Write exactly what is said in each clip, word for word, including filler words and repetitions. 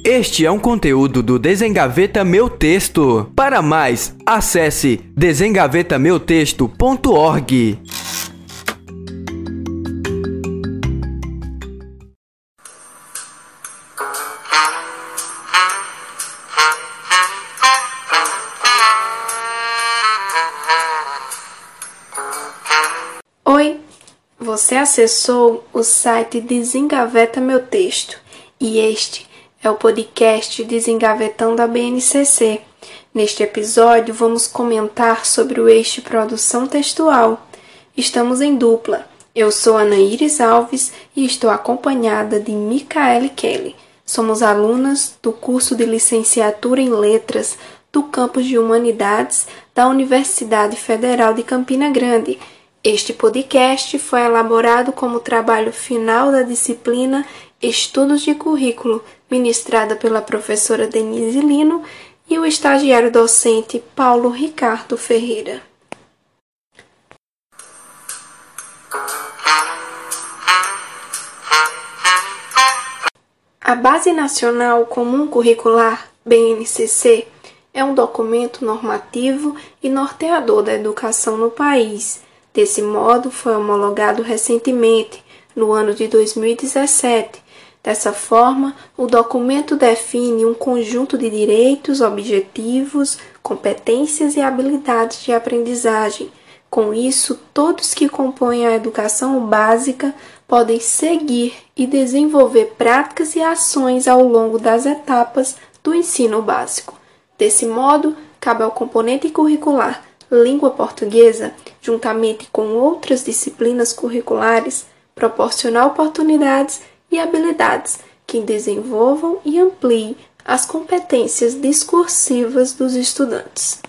Este é um conteúdo do Desengaveta Meu Texto. Para mais, acesse desengaveta meu texto ponto org. Oi, você acessou o site Desengaveta Meu Texto e este é o podcast Desengavetando a B N C C. Neste episódio vamos comentar sobre o eixo Produção Textual. Estamos em dupla. Eu sou Ana Iris Alves e estou acompanhada de Micaele Kelly. Somos alunas do curso de Licenciatura em Letras do campus de Humanidades da Universidade Federal de Campina Grande. Este podcast foi elaborado como trabalho final da disciplina Estudos de Currículo, ministrada pela professora Denise Lino e o estagiário docente Paulo Ricardo Ferreira. A Base Nacional Comum Curricular, B N C C, é um documento normativo e norteador da educação no país. Desse modo, foi homologado recentemente, no ano de dois mil e dezessete. Dessa forma, o documento define um conjunto de direitos, objetivos, competências e habilidades de aprendizagem. Com isso, todos que compõem a educação básica podem seguir e desenvolver práticas e ações ao longo das etapas do ensino básico. Desse modo, cabe ao componente curricular Língua Portuguesa, juntamente com outras disciplinas curriculares, proporcionar oportunidades e habilidades que desenvolvam e ampliem as competências discursivas dos estudantes.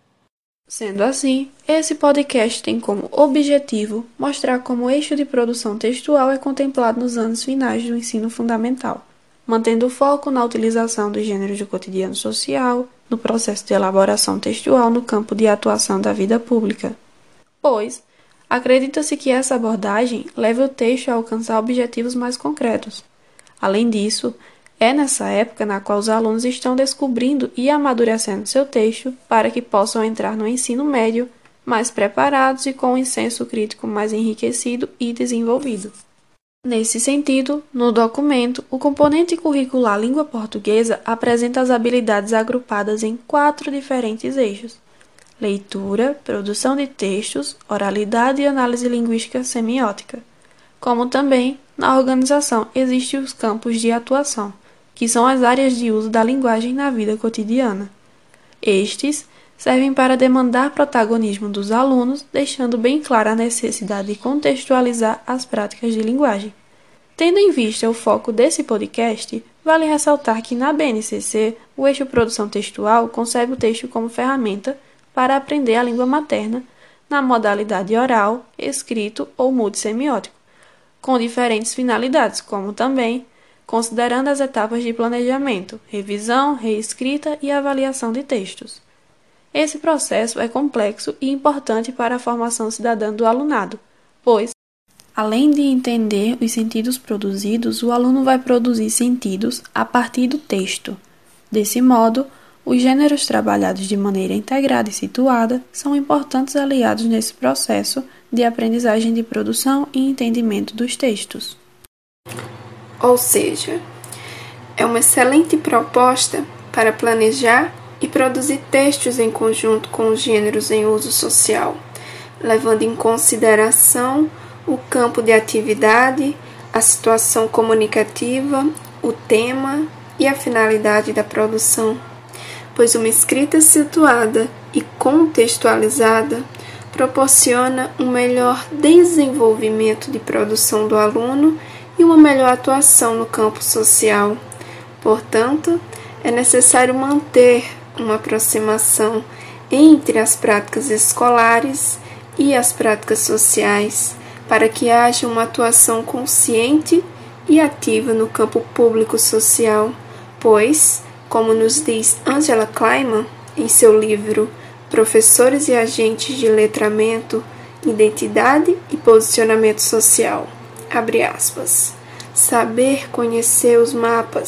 Sendo assim, esse podcast tem como objetivo mostrar como o eixo de produção textual é contemplado nos anos finais do ensino fundamental, mantendo o foco na utilização dos gêneros do cotidiano social, no processo de elaboração textual no campo de atuação da vida pública, pois acredita-se que essa abordagem leve o texto a alcançar objetivos mais concretos. Além disso, é nessa época na qual os alunos estão descobrindo e amadurecendo seu texto para que possam entrar no ensino médio mais preparados e com um senso crítico mais enriquecido e desenvolvido. Nesse sentido, no documento, o componente curricular Língua Portuguesa apresenta as habilidades agrupadas em quatro diferentes eixos: leitura, produção de textos, oralidade e análise linguística semiótica. Como também, na organização, existem os campos de atuação, que são as áreas de uso da linguagem na vida cotidiana. Estes servem para demandar protagonismo dos alunos, deixando bem clara a necessidade de contextualizar as práticas de linguagem. Tendo em vista o foco desse podcast, vale ressaltar que na B N C C, o eixo Produção Textual concebe o texto como ferramenta para aprender a língua materna na modalidade oral, escrito ou multissemiótico, com diferentes finalidades, como também considerando as etapas de planejamento, revisão, reescrita e avaliação de textos. Esse processo é complexo e importante para a formação cidadã do alunado, pois, além de entender os sentidos produzidos, o aluno vai produzir sentidos a partir do texto. Desse modo, os gêneros trabalhados de maneira integrada e situada são importantes aliados nesse processo de aprendizagem de produção e entendimento dos textos. Ou seja, é uma excelente proposta para planejar e produzir textos em conjunto com os gêneros em uso social, levando em consideração o campo de atividade, a situação comunicativa, o tema e a finalidade da produção, pois uma escrita situada e contextualizada proporciona um melhor desenvolvimento de produção do aluno e uma melhor atuação no campo social. Portanto, é necessário manter uma aproximação entre as práticas escolares e as práticas sociais, para que haja uma atuação consciente e ativa no campo público social, pois, como nos diz Angela Kleiman em seu livro Professores e Agentes de Letramento, Identidade e Posicionamento Social, abre aspas, saber conhecer os mapas,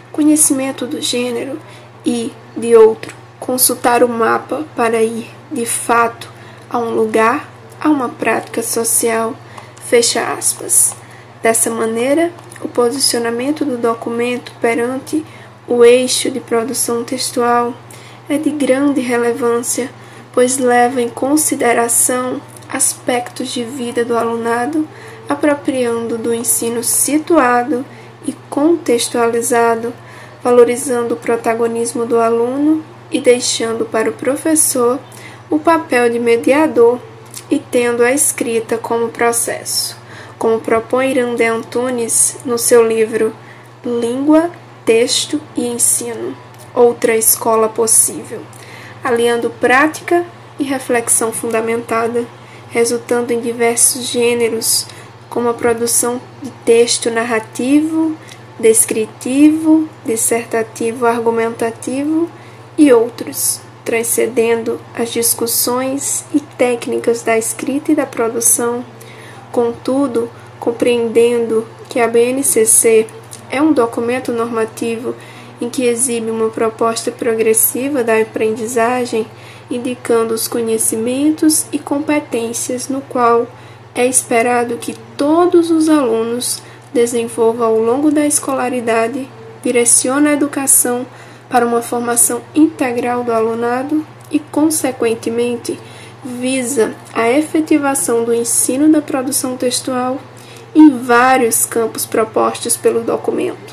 conhecimento do gênero e, de outro, consultar o mapa para ir, de fato, a um lugar, a uma prática social, fecha aspas. Dessa maneira, o posicionamento do documento perante o eixo de produção textual é de grande relevância, pois leva em consideração aspectos de vida do alunado, apropriando do ensino situado e contextualizado, valorizando o protagonismo do aluno e deixando para o professor o papel de mediador e tendo a escrita como processo, como propõe Irandé Antunes no seu livro Língua, Texto e Ensino, Outra Escola Possível, aliando prática e reflexão fundamentada, resultando em diversos gêneros, como a produção de texto narrativo, descritivo, dissertativo, argumentativo e outros, transcendendo as discussões e técnicas da escrita e da produção. Contudo, compreendendo que a B N C C é um documento normativo em que exibe uma proposta progressiva da aprendizagem, indicando os conhecimentos e competências no qual é esperado que todos os alunos desenvolvam ao longo da escolaridade, direciona a educação para uma formação integral do alunado e, consequentemente, visa a efetivação do ensino da produção textual em vários campos propostos pelo documento.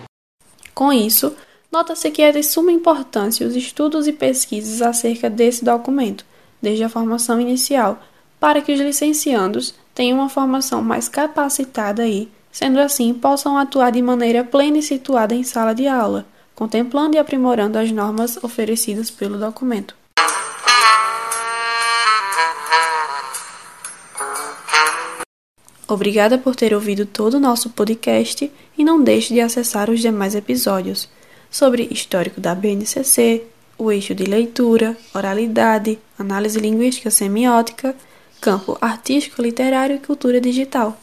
Com isso, nota-se que é de suma importância os estudos e pesquisas acerca desse documento, desde a formação inicial, para que os licenciandos tenham uma formação mais capacitada e, sendo assim, possam atuar de maneira plena e situada em sala de aula, contemplando e aprimorando as normas oferecidas pelo documento. Obrigada por ter ouvido todo o nosso podcast e não deixe de acessar os demais episódios sobre histórico da B N C C, o eixo de leitura, oralidade, análise linguística semiótica, campo artístico, literário e cultura digital.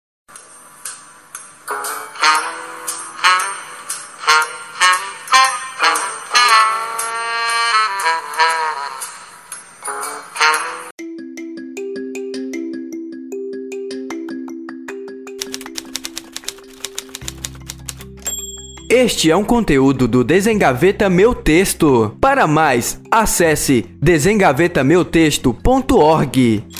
Este é um conteúdo do Desengaveta Meu Texto. Para mais, acesse desengaveta meu texto ponto org.